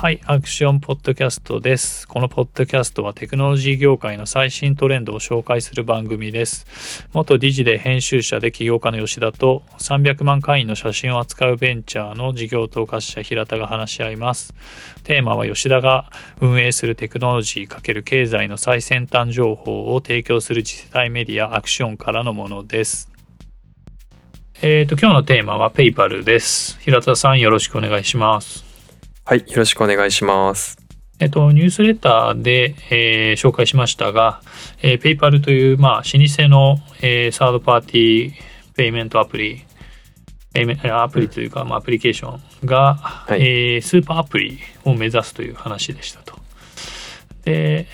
はい、アクションポッドキャストです。このポッドキャストはテクノロジー業界の最新トレンドを紹介する番組です。元理事で編集者で起業家の吉田と300万会員の写真を扱うベンチャーの事業統括者平田が話し合います。テーマは吉田が運営するテクノロジー×経済の最先端情報を提供する次世代メディアアクションからのものです。今日のテーマはペイパルです。平田さんよろしくお願いします。 はい、よろしくお願いします。 ニュースレターで、紹介しましたが、ペイパルという、老舗の、サードパーティーペイメントアプリというか、アプリケーションが、 はいスーパーアプリを目指すという話でしたと。で、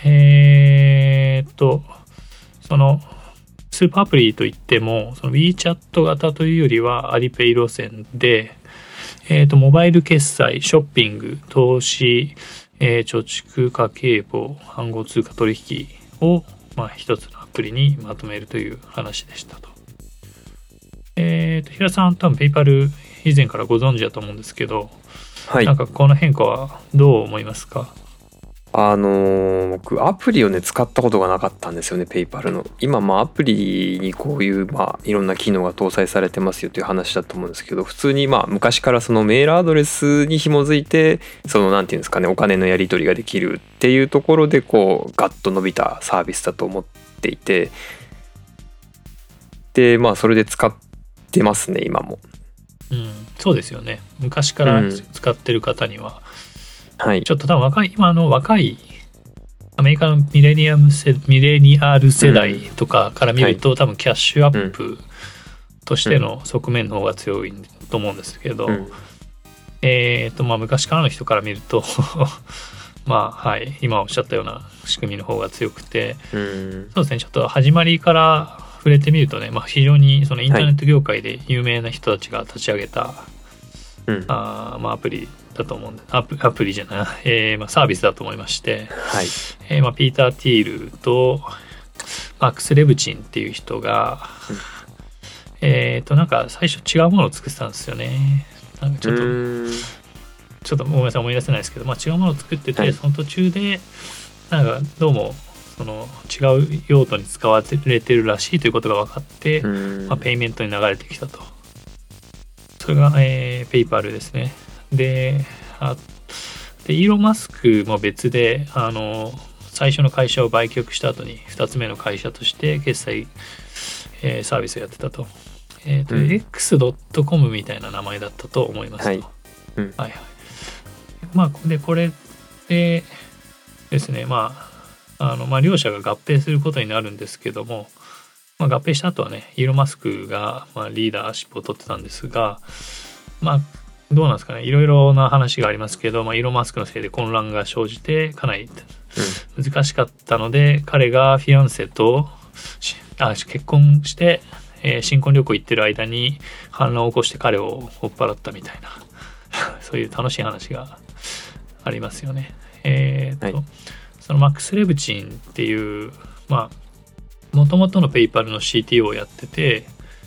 そのスーパーアプリといっても、その WeChat 型というよりはアリペイ路線で、モバイル決済、ショッピング、投資、貯蓄、家計簿、暗号通貨取引を、一つのアプリにまとめるという話でしたと。平さん多分ペイパル以前からご存知だと思うんですけど、 はい。 なんかこの変化はどう思いますか？ 僕アプリをね使ったことがなかったんですよね、ペイパルの。今アプリにこういういろんな機能が搭載されてますよという話だと思うんですけど、普通に昔からそのメールアドレスに紐づいてなんていうんですかね、お金のやり取りができるっていうところでこうガッと伸びたサービスだと思っていて、でそれで使ってますね今も。 そうですよね。昔から使ってる方には、 はい、 ちょっと多分今の若いアメリカのミレニアル世代とかから見ると、多分キャッシュアップとしての側面の方が強いと思うんですけど、昔からの人から見ると今おっしゃったような仕組みの方が強くて、そうですね、ちょっと始まりから触れてみるとね、非常にそのインターネット業界で有名な人たちが立ち上げた、アプリだと思うんで、アプリじゃない、サービスだと思いまして、 はい、 ピーター・ティールとマックス・レブチンっていう人が、なんか最初違うものを作ってたんですよね。なんかちょっとごめんなさい、思い出せないですけど、違うものを作ってて、その途中でなんかどうもその違う用途に使われてるらしいということが分かって、ペイメントに流れてきたと。それが、ペイパルですね。でイーロン・マスクも別で最初の会社を売却した後に2つ目の会社として決済、サービスをやってたと。X.com みたいな名前だったと思いますと。でこれでですね、両者が合併することになるんですけども、合併した後はね、イーロン・マスクが、リーダーシップを取ってたんですが、どうなんですかね、いろいろな話がありますけど、イーロン・マスクのせいで混乱が生じてかなり難しかったので、彼がフィアンセと結婚して、新婚旅行行ってる間に反乱を起こして彼を追っ払ったみたいなそういう楽しい話がありますよね。そのマックス・レブチンっていうもともとのペイパルの CTO をやってて、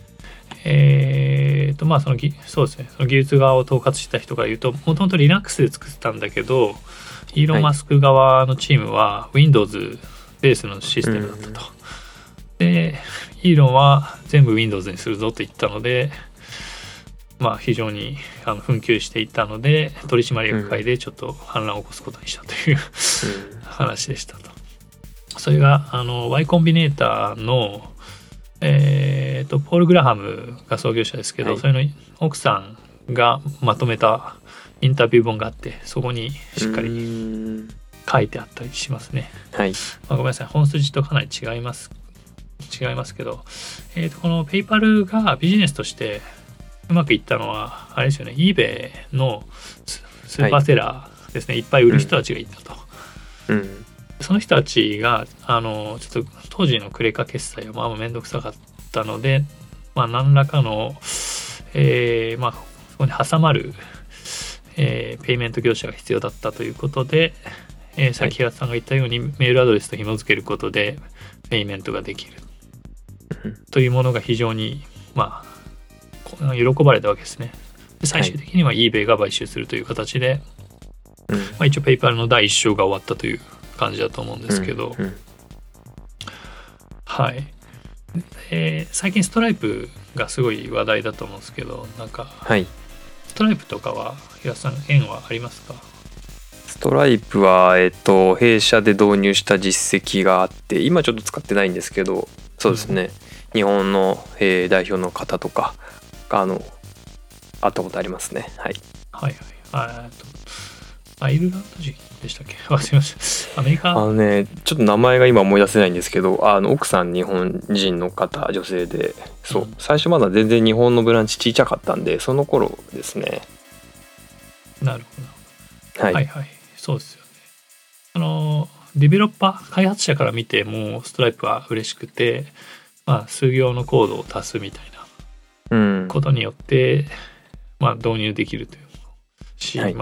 そうですね、その技術側を統括した人が言うと、もともと Linux で作ってたんだけど、イーロン・マスク側のチームは Windows ベースのシステムだったと。でイーロンは全部 Windows にするぞと言ったので、非常に紛糾していたので、取締役会でちょっと反乱を起こすことにしたという話でしたと。それがY コンビネーターのポール・グラハムが創業者ですけど、それの奥さんがまとめたインタビュー本があって、そこにしっかり書いてあったりしますね。ごめんなさい、本筋とかなり違いますけど、このペイパルがビジネスとしてうまくいったのはあれですよね、eBay のスーパーセラーですね、いっぱい売る人たちがいたと。その人たちがちょっと当時のクレカ決済はめんどくさかったので、何らかの、そこに挟まる、ペイメント業者が必要だったということで、さっき平田さんが言ったように、メールアドレスと紐付けることでペイメントができるというものが非常に喜ばれたわけですね。で最終的には eBay が買収するという形で、 一応ペイパルの第1章が終わったという感じだと思うんですけど、はい、最近ストライプがすごい話題だと思うんですけど、なんか、ストライプとかは平さん縁はありますか？ ストライプは、弊社で導入した実績があって、今ちょっと使ってないんですけど、そうですね、日本の、代表の方とかが会ったことありますね。はいはいはい。アイルランド人でしたっけ？すいません。アメリカ？ ちょっと名前が今思い出せないんですけど、奥さん日本人の方、女性で、そう、最初まだ全然日本のブランチちっちゃかったんで、その頃ですね。 なるほど。はいはい。そうですよね。デベロッパー、開発者から見てもストライプは嬉しくて、数行のコードを足すみたいなことによって、導入できるというし、そ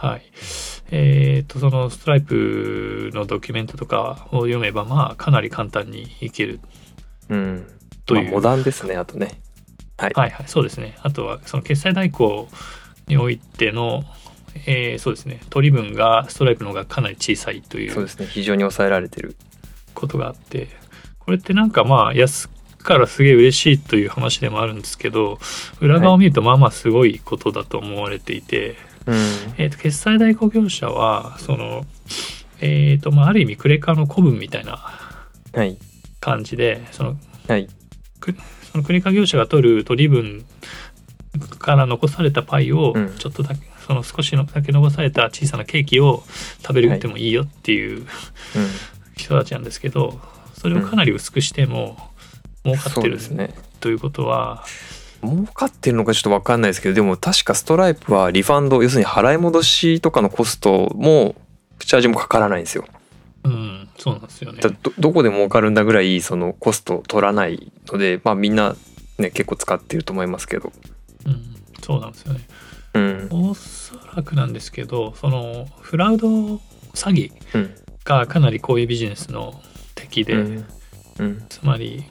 のストライプのドキュメントとかを読めばかなり簡単にいけるという、モダンですね。あとね、 そうですね。あとはその決済代行においてのそうですね、取り分がストライプの方がかなり小さいという、 そうですね、非常に抑えられてることがあって、これってなんか安からすげえ嬉しいという話でもあるんですけど、裏側を見るとすごいことだと思われていて、決済代行業者はそのある意味クレカの古文みたいな感じで、そのクレカ業者が取る取り分から残されたパイをちょっとだけ、その少しだけ残された小さなケーキを食べるってもいいよっていう人たちなんですけど、それをかなり薄くしても儲かってるということは、 儲かってるのかちょっと分かんないですけど、でも確かストライプはリファンド、要するに払い戻しとかのコストもチャージもかからないんですよ。 そうなんですよね。 どこで儲かるんだぐらいそのコスト取らないので、みんなね結構使ってると思いますけど。 そうなんですよね。おそらくなんですけど、そのフラウド詐欺がかなりこういうビジネスの敵で、つまり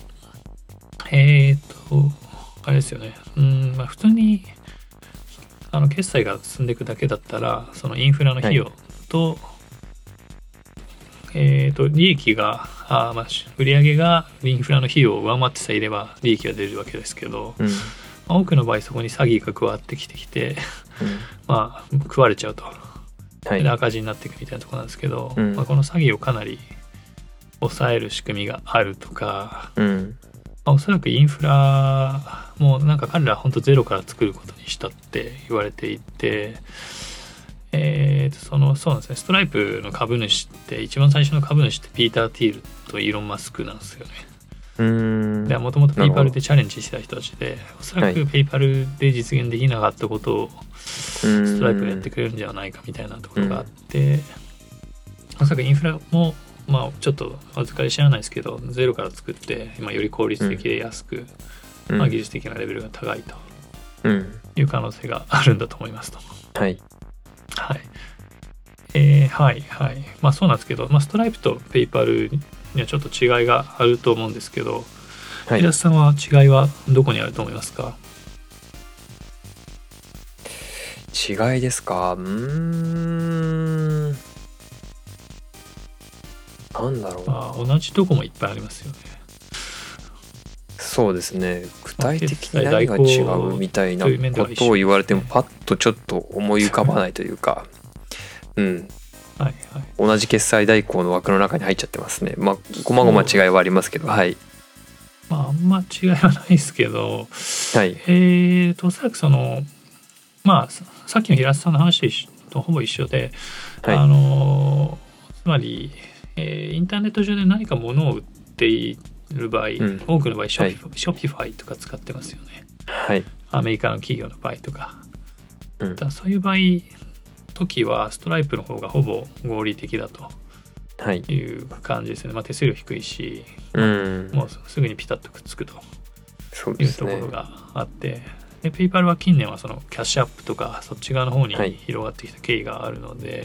あれですよね。普通に決済が進んでいくだけだったら、そのインフラの費用と、利益が売上がインフラの費用を上回ってさえいれば利益が出るわけですけど、多くの場合そこに詐欺が加わってきて、食われちゃうと、で赤字になっていくみたいなところなんですけど、この詐欺をかなり抑える仕組みがあるとか、おそらくインフラもなんか彼らは本当ゼロから作ることにしたって言われていて、そうなんですね、ストライプの株主って一番最初の株主ってピーター・ティールとイーロン・マスクなんですよね。もともとペイパルでチャレンジしてた人たちで、おそらくペイパルで実現できなかったことをストライプがやってくれるんじゃないかみたいなところがあって、おそらくインフラもちょっとお預かり知らないですけどゼロから作って今より効率的で安く、技術的なレベルが高いという可能性があるんだと思いますと。そうなんですけど、ストライプとペイパルにはちょっと違いがあると思うんですけど、平田さんは違いはどこにあると思いますか？ 違いですか？なんだろうな。 同じとこもいっぱいありますよね。 そうですね。具体的に何が違うみたいなことを言われてもパッとちょっと思い浮かばないというか、同じ決済代行の枠の中に入っちゃってますね。ごまごま違いはありますけど、あんま違いはないですけど、おそらくそのさっきの平瀬さんの話とほぼ一緒で、つまり、インターネット上で何か物を売っている場合、多くの場合ショピファイとか使ってますよね。アメリカの企業の場合とか、そういう場合時はストライプの方がほぼ合理的だという感じですね。手数料低いし、もうすぐにピタッとくっつくというところがあって、でペイパルは近年はそのキャッシュアップとかそっち側の方に広がってきた経緯があるので、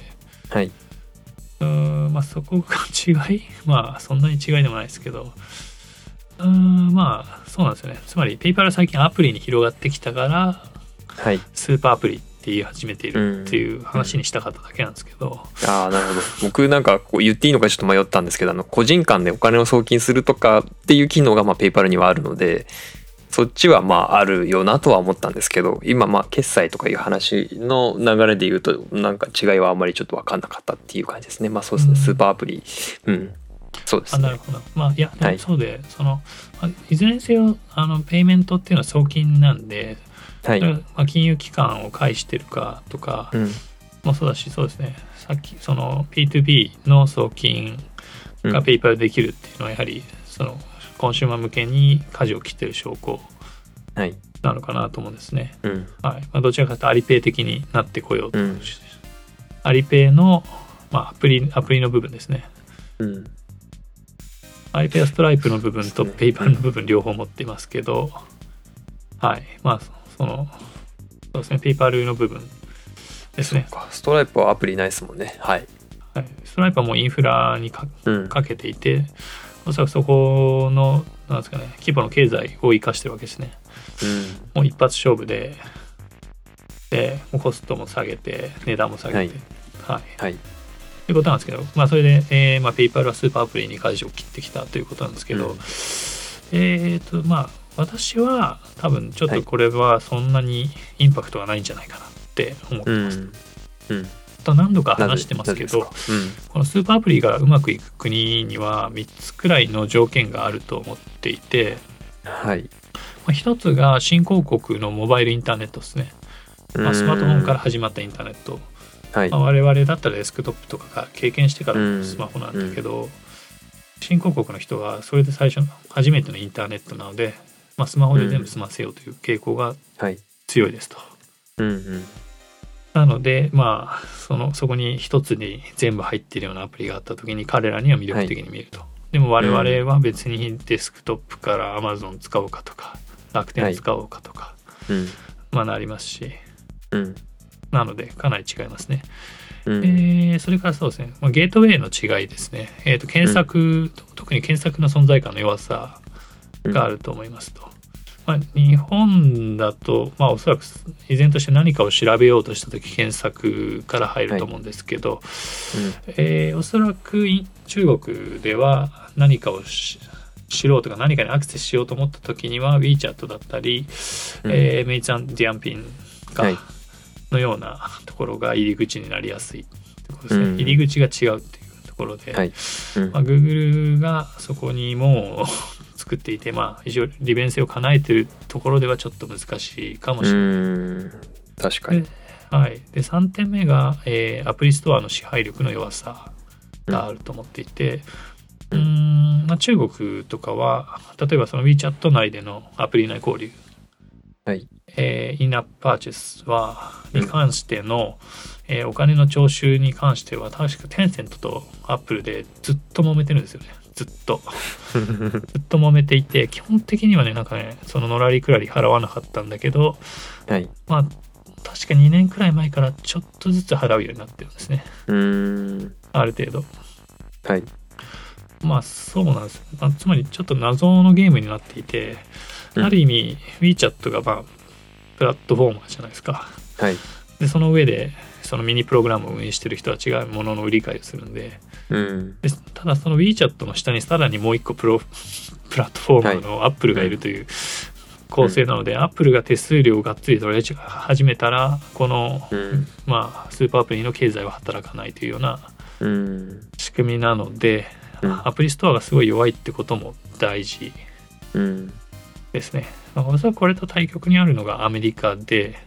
そこが違い、そんなに違いでもないですけど、そうなんですよね。つまりペイパルは最近アプリに広がってきたから、スーパーアプリってって言い始めているっていう話にしたかっただけなんですけど、 ああ、なるほど。僕なんかこう言っていいのかちょっと迷ったんですけど、個人間でお金を送金するとかっていう機能がまあペイパルにはあるので、そっちはまああるよなとは思ったんですけど、今まあ決済とかいう話の流れで言うとなんか違いはあんまりちょっと分かんなかったっていう感じですね。まあそうですね、スーパーアプリ、そうですね。 なるほど。まあいやでもそうで、いずれにせよペイメントっていうのは送金なんで、 はい、 まあ、金融機関を介してるかとかもそうだし、そうですね、さっきその P2B の送金がペイパルできるっていうのはやはりそのコンシューマー向けに舵を切ってる証拠なのかなと思うんですね。はい、まあ、どちらかというとアリペイ的になってこようと、アリペイの、まあ、アプリの部分ですね。アリペイはストライプの部分とペイパルの部分両方持っていますけど、はい、まあそうですね、ペイパルの部分ですね。 ストライプはアプリないですもんね。はい。 ストライプはもうインフラにかけていて、おそらくそこのなんですかね、規模の経済を生かしてるわけですね。もう一発勝負でもうコストも下げて値段も下げて、ということなんですけど、まあそれで、まあ、ペイパルはスーパーアプリに舵を切ってきたということなんですけど、まあ私は多分ちょっとこれはそんなにインパクトがないんじゃないかなって思ってます。何度か話してますけど、このスーパーアプリがうまくいく国には3つくらいの条件があると思っていて、1つが新興国のモバイルインターネットですね。まあ、スマートフォンから始まったインターネット、まあ、我々だったらデスクトップとかが経験してからのスマホなんだけど、新興国の人はそれで初めてのインターネットなので、まあ、スマホで全部済ませようという傾向が強いですと。なのでまあそこに一つに全部入っているようなアプリがあった時に彼らには魅力的に見えると。でも我々は別にデスクトップから Amazon 使おうかとか楽天使おうかとか、まあなりますし、なのでかなり違いますね。それからそうですね、まあ、ゲートウェイの違いですね。検索、特に検索の存在感の弱さがあると思いますと。まあ、日本だと、まあ、おそらく依然として何かを調べようとした時検索から入ると思うんですけど、おそらく中国では何かを知ろうとか何かにアクセスしようと思った時には WeChat だったり、メイツ&ディアンピンのようなところが入り口になりやすいってことですね。入り口が違うっていうところで、まあ、Google がそこにもう作っていて、まあ非常に利便性を叶えているところではちょっと難しいかもしれない。 確かに。 で3点目が、アプリストアの支配力の弱さがあると思っていて、まあ、中国とかは例えばその WeChat 内でのアプリ内交流、インナーパーチェスに関しての、お金の徴収に関しては確かテンセントとアップルでずっと揉めてるんですよね。ずっと揉めていて、基本的にはねなんかねそののらりくらり払わなかったんだけど、まあ確か2年くらい前からちょっとずつ払うようになってるんですね。ある程度。まあそうなんです。つまりちょっと謎のゲームになっていて、ある意味 WeChat がまあプラットフォーマーじゃないですか。でその上でそのミニプログラムを運営してる人は違うものの売り買いをするんで、でただその WeChat の下にさらにもう一個プラットフォーマーの Apple がいるという構成なので、Apple が手数料をがっつり取り始めたらこの、まあスーパーアプリの経済は働かないというような仕組みなので、アプリストアがすごい弱いってことも大事ですね。おそらくこれと対極にあるのがアメリカで、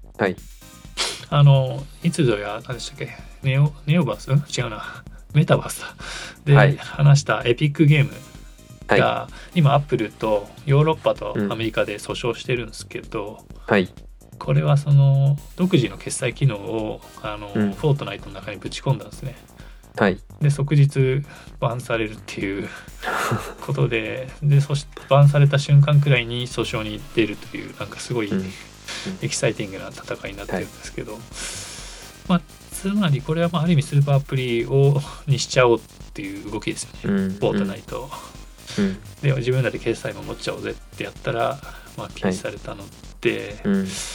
いつぞや何でしたっけ、ネオバース、違うな、メタバースで話したエピックゲームが、今アップルとヨーロッパとアメリカで訴訟してるんですけど、これはその独自の決済機能をフォートナイトの中にぶち込んだんですね。で即日バンされるっていうことで、そしてバンされた瞬間くらいに訴訟に出るという、なんかすごいエキサイティングな戦いになってるんですけど、まあつまりこれはまあある意味スーパーアプリにしちゃおうっていう動きですよね。フォートナイトで自分らで決済も持っちゃおうぜってやったら、まあ禁止されたので、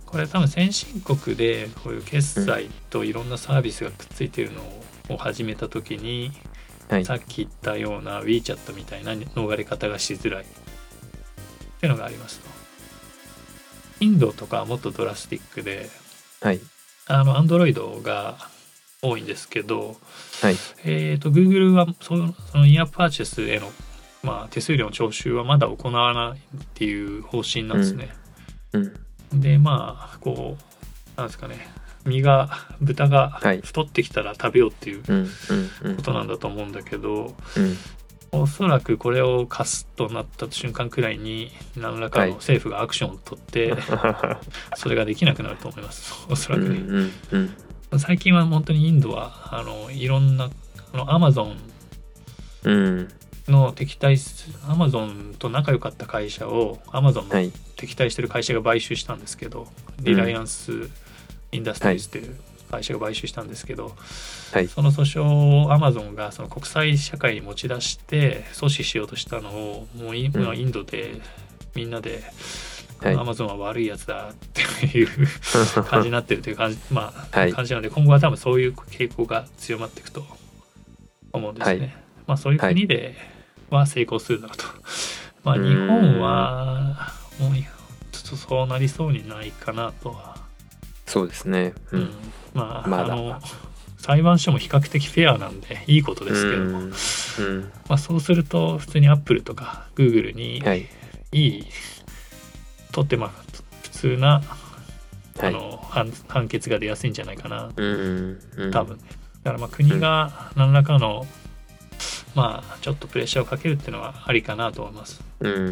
これ多分先進国でこういう決済といろんなサービスがくっついてるのを始めた時に、 はいさっき言ったような WeChat みたいな逃れ方がしづらいっていうのがありますと。インドとかはもっとドラスティックで、 はい Android が多いんですけど、 はい Google はそのインアップパーチェスへの、手数料の徴収はまだ行わないっていう方針なんですね。 うんでこうなんですかね、豚がはい太ってきたら食べようっていううんうんことなんだと思うんだけど、 うんおそらくこれを課すとなった瞬間くらいに何らかの政府がアクションを取ってそれができなくなると思います。おそらくね。最近は本当にインドはいろんなアマゾンうんのアマゾンと仲良かった会社をアマゾンのはい敵対してる会社が買収したんですけど、リライアンス・インダストリーズという会社が買収したんですけど、 はいその訴訟をアマゾンがその国際社会に持ち出して阻止しようとしたのをもう今インドでみんなで、 はいアマゾンは悪いやつだっていう感じになってるという感じ、 はい感じなので、今後は多分そういう傾向が強まっていくと思うんですね。そういう国では成功するだろうと。日本はもうちょっとそうなりそうにないかなとは。 そうですね。 まだ裁判所も比較的フェアなんでいいことですけど、そうすると普通にアップルとかグーグルにいいとって普通な判決が出やすいんじゃないかな、多分ね。だから国が何らかのちょっとプレッシャーをかけるっていうのはありかなと思います。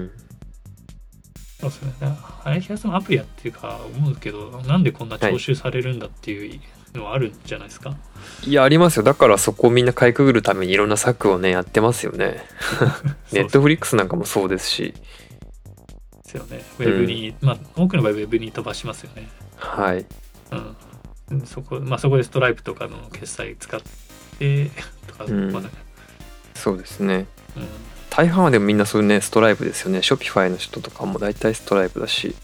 そうですね。林田さんアプリやっていうか思うけど、なんでこんな徴収されるんだっていうのはあるんじゃないですか。 いやありますよ。だからそこをみんなかいくぐるためにいろんな策をねやってますよね。ネットフリックスなんかもそうですし。 ですよね。ウェブに、多くの場合ウェブに飛ばしますよね。 はい。 そこでストライプとかの決済使ってとか、 そうですね。大半はでもみんなそういうねストライプですよね。ショピファイの人とかも大体ストライプだし。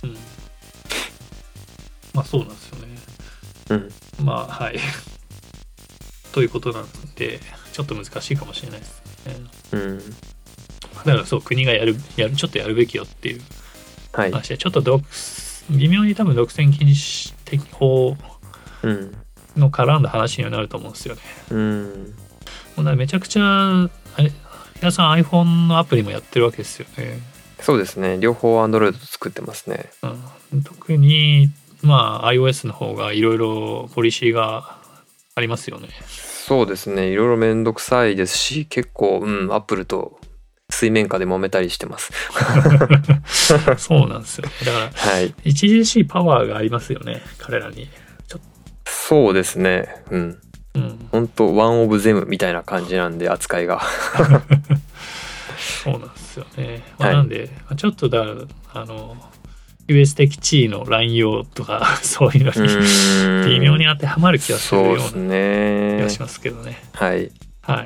そうなんですよね。はい。ということなんでちょっと難しいかもしれないですね。だから国がちょっとやるべきよっていう話で、ちょっと微妙に多分独占禁止的法の絡んだ話にはなると思うんですよね。だからめちゃくちゃ皆さん iPhone のアプリもやってるわけですよね。 そうですね。両方 Android 作ってますね。 特にiOS の方がいろいろポリシーがありますよね。 そうですね。いろいろめんどくさいですし、結構Apple と水面下で揉めたりしてます。 そうなんですよね。だから、著しいパワーがありますよね、彼らに。 そうですね。本当ワンオブゼムみたいな感じなんで扱いが。 そうなんですよね。なんでちょっとUS 的地位の乱用とかそういうのに微妙に当てはまる気がするような気がしますけどね。 はい。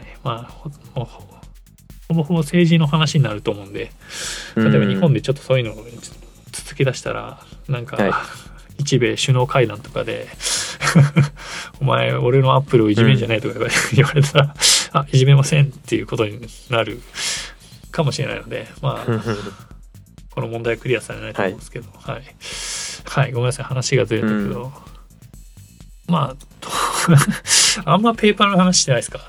ほぼほぼ政治の話になると思うんで、例えば日本でちょっとそういうのを続け出したら日米首脳会談とかでお前俺のアップルをいじめんじゃないとか言われたら、いじめませんっていうことになるかもしれないので、この問題はクリアされないと思うんですけど、ごめんなさい話がずれたけど、あんまペーパーの話してないですか。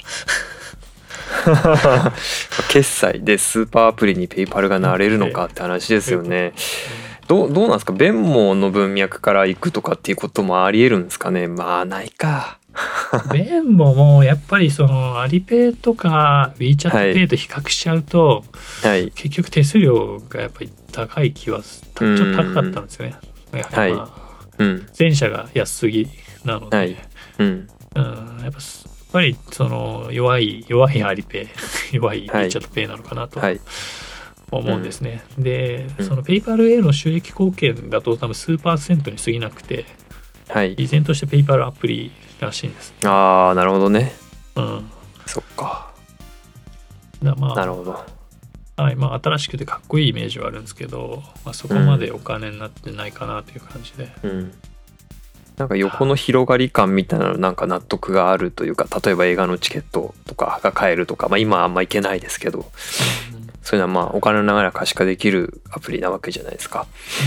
決済でスーパーアプリにペイパルがなれるのかって話ですよね。どうなんですか。ベンモの文脈から行くとかっていうこともありえるんですかね。ないか。 ベンモもやっぱりアリペイとか WeChat ペイと比較しちゃうと、結局手数料がやっぱり高い気はちょっと高かったんですよね。前者が安すぎなので、やっぱり弱いアリペイ弱い WeChat ペイなのかなと思うんですね。でペイパルへの収益貢献だと多分数%に過ぎなくて、依然としてペイパルアプリらしいんです。 なるほどね。そっか。 なるほど。 はい、まあ新しくてかっこいいイメージはあるんですけど、まあ、そこまでお金になってないかなという感じで、 なんか横の広がり感みたいなのなんか納得があるというか、例えば映画のチケットとかが買えるとか、まあ今はあんま行けないですけど、そういうのはまあお金の流れが可視化できるアプリなわけじゃないですか。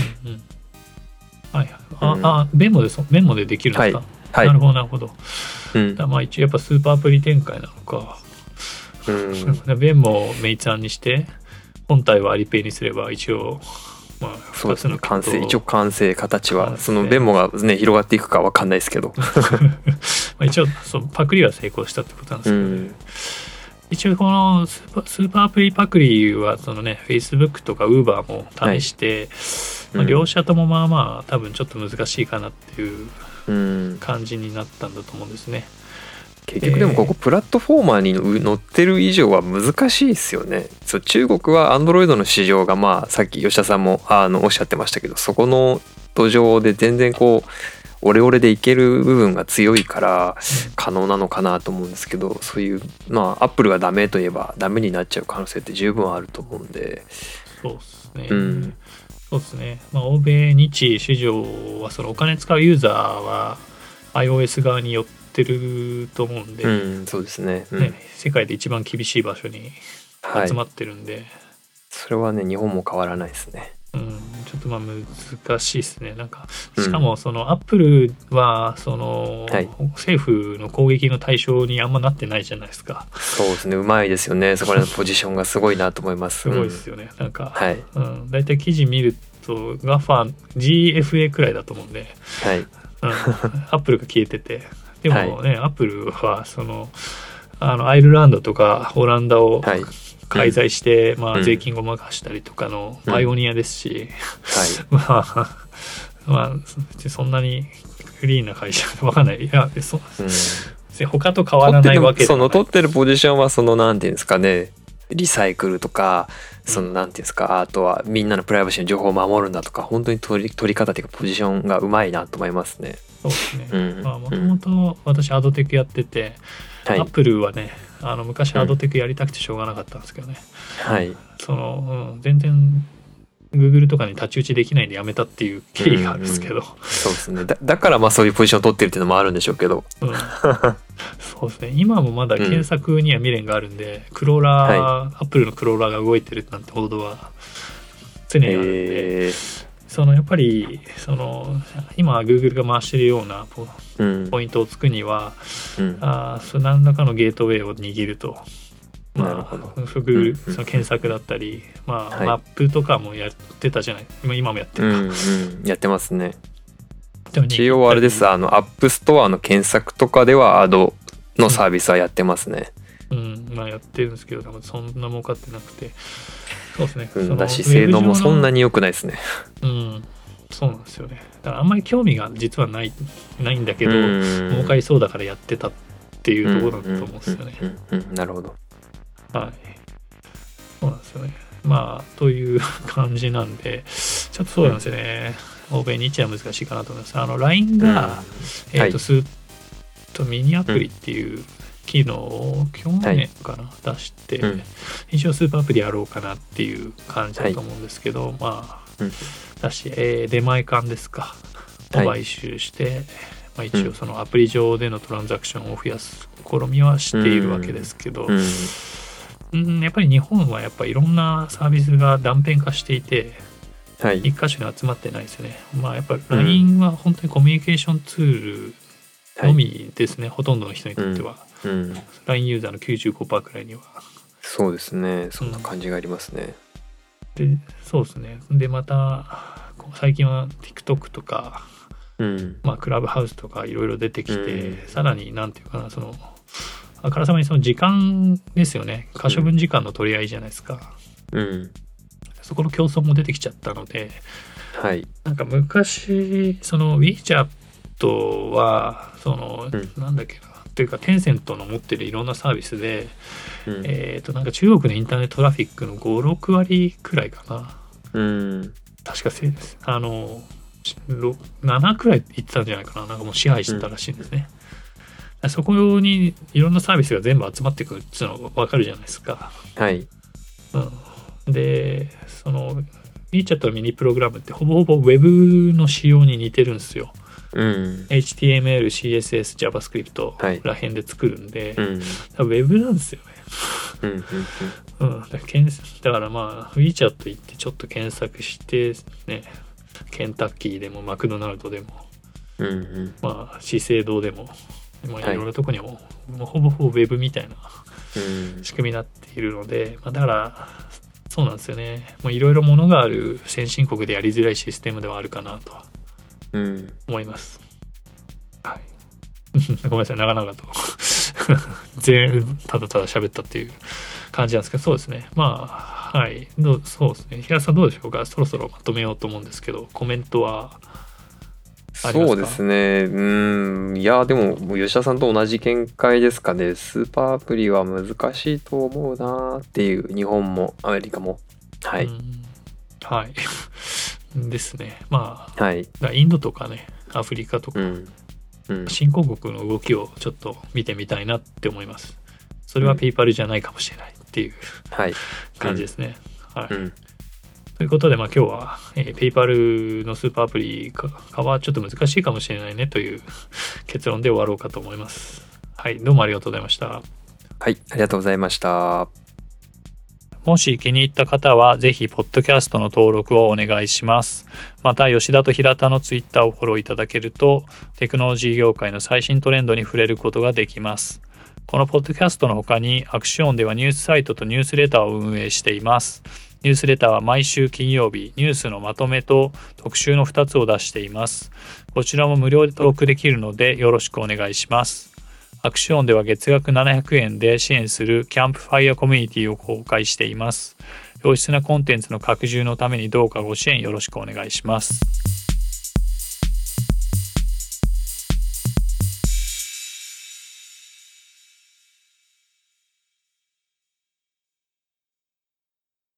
はいはい。ベモでできるんですか。 はい、 なるほどなるほど。だまあ一応やっぱスーパーアプリ展開なのか。ベモをメイツ案にして本体はアリペイにすれば一応まあそうですね、一応完成形はそのベモがね広がっていくかわかんないですけど一応そうパクリは成功したってことなんですけどね。一応このスーパーアプリパクリはそのね Facebook とか Uber も試して、まあ、両者ともまあまあ多分ちょっと難しいかなっていう感じになったんだと思うんですね。 結局でもここプラットフォーマーに載ってる以上は難しいですよね。そう、中国は Android の市場がまあさっき吉田さんもおっしゃってましたけど、そこの土壌で全然こうオレオレでいける部分が強いから可能なのかなと思うんですけど、そういうまあアップルがダメといえばダメになっちゃう可能性って十分あると思うんで。 そうですね、そうですね。まあ欧米日市場はそのお金使うユーザーは iOS 側に寄ってると思うんで、 そうですね、 世界で一番厳しい場所に集まってるんで、 それはね日本も変わらないですね。 ちょっとまあ難しいですね。なんかしかもそのアップルはその、政府の攻撃の対象にあんまなってないじゃないですか。 そうですね、うまいですよね。そこらのポジションがすごいなと思います。 すごいですよね。なんか、 だいたい記事見るとGFA くらいだと思うんで、アップルが消えてて、でもね、アップルはそのアイルランドとかオランダを介在して、まあ、税金ごまかしたりとかのパイオニアですし、まあそんなにクリーンな会社わかんない。いや他と変わらないわけでその取ってるポジションはそのなんていうんですかね、リサイクルとかそのなんていうんですか、あとはみんなのプライバシーの情報を守るんだとか、本当に取り方っていうかポジションがうまいなと思いますね。 そうですね。まあもともと私アドテクやってて、アップルはね昔アドテクやりたくてしょうがなかったんですけどね、その、全然 Google とかに太刀打ちできないんでやめたっていう経緯があるんですけど、 そうですね。だからまあそういうポジションを取ってるっていうのもあるんでしょうけど、 そうですね。今もまだ検索には未練があるんで、クローラー、アップルのクローラーが動いてるなんて報道は常にあるんで、そのやっぱりその今 Google が回してるようなポイントをつくには、何らかのゲートウェイを握ると、 なるほど。 その検索だったり、マップとかもやってたじゃない。今もやってるか、 やってますね。一応あれです、アップストアの検索とかではアドのサービスはやってますね。 まあやってるんですけど、多分そんな儲かってなくて、そうですね。 だし性能もそんなに良くないですね。 そうなんですよね。だからあんまり興味が実はないんだけど、儲かりそうだからやってたっていうところだと思うんですよね。 なるほど。 はい。そうなんですよね。まあという感じなんで、ちょっとそうなんですよね。欧米日は難しいかなと思います。LINE がミニアプリっていう機能を去年かな、出して、一応スーパーアプリやろうかなっていう感じだと思うんですけど、まあだし、出前館ですかを買収して、まあ、一応そのアプリ上でのトランザクションを増やす試みはしているわけですけど、やっぱり日本はやっぱりいろんなサービスが断片化していて、一箇所に集まってないですよね。まあやっぱり LINE は本当にコミュニケーションツールのみですね、ほとんどの人にとっては。LINE ユーザーの 95% くらいには。 そうですね、そんな感じがありますね。 でそうですね。でまた最近は TikTok とか、まあクラブハウスとかいろいろ出てきて、さらになんていうかな、そのあからさまにその時間ですよね。可処分時間の取り合いじゃないですか。そこの競争も出てきちゃったので、なんか昔その WeChat はその、なんだっけなっていうかテンセントの持ってるいろんなサービスで、なんか中国のインターネットトラフィックの 5,6 割くらいかな。確か7くらいいってたんじゃないかな。なんかもう支配してたらしいんですね。そこにいろんなサービスが全部集まってくるっていうのが分かるじゃないですか。 でその WeChat のミニプログラムってほぼほぼ Web の仕様に似てるんですよ。HTML、CSS、JavaScript ら辺で作るんで、多分 Web なんですよね。だからまあ WeChat 行ってちょっと検索してね、ケンタッキーでもマクドナルドでも、まあ資生堂でも、まあ、いろいろとこにも、もうほぼほぼ Web みたいな仕組みになっているので、まあ、だからそうなんですよね。もういろいろものがある先進国でやりづらいシステムではあるかなとは思います。はい、ごめんなさい、長々とただただ喋ったっていう感じなんですけど、そうですね。まあはいそうですね。平田さんどうでしょうか。そろそろまとめようと思うんですけど、コメントはありますか？ そうですね。いやでも吉田さんと同じ見解ですかね。スーパーアプリは難しいと思うなっていう、日本もアメリカも。はい。 はいですね。まあ、 はい、 インドとかね、アフリカとか、新興国の動きをちょっと見てみたいなって思います。それはペイパルじゃないかもしれないっていう感じですね。ということで、まあ、今日は、ペイパルのスーパーアプリ化はちょっと難しいかもしれないねという結論で終わろうかと思います。はい、どうもありがとうございました。 はい、ありがとうございました。 もし気に入った方はぜひポッドキャストの登録をお願いします。また吉田と平田のツイッターをフォローいただけるとテクノロジー業界の最新トレンドに触れることができます。このポッドキャストの他にアクションではニュースサイトとニュースレターを運営しています。ニュースレターは毎週金曜日ニュースのまとめと特集の2つを出しています。こちらも無料で登録できるのでよろしくお願いします。アクションでは月額700円で支援するキャンプファイアコミュニティを公開しています。良質なコンテンツの拡充のためにどうかご支援よろしくお願いします。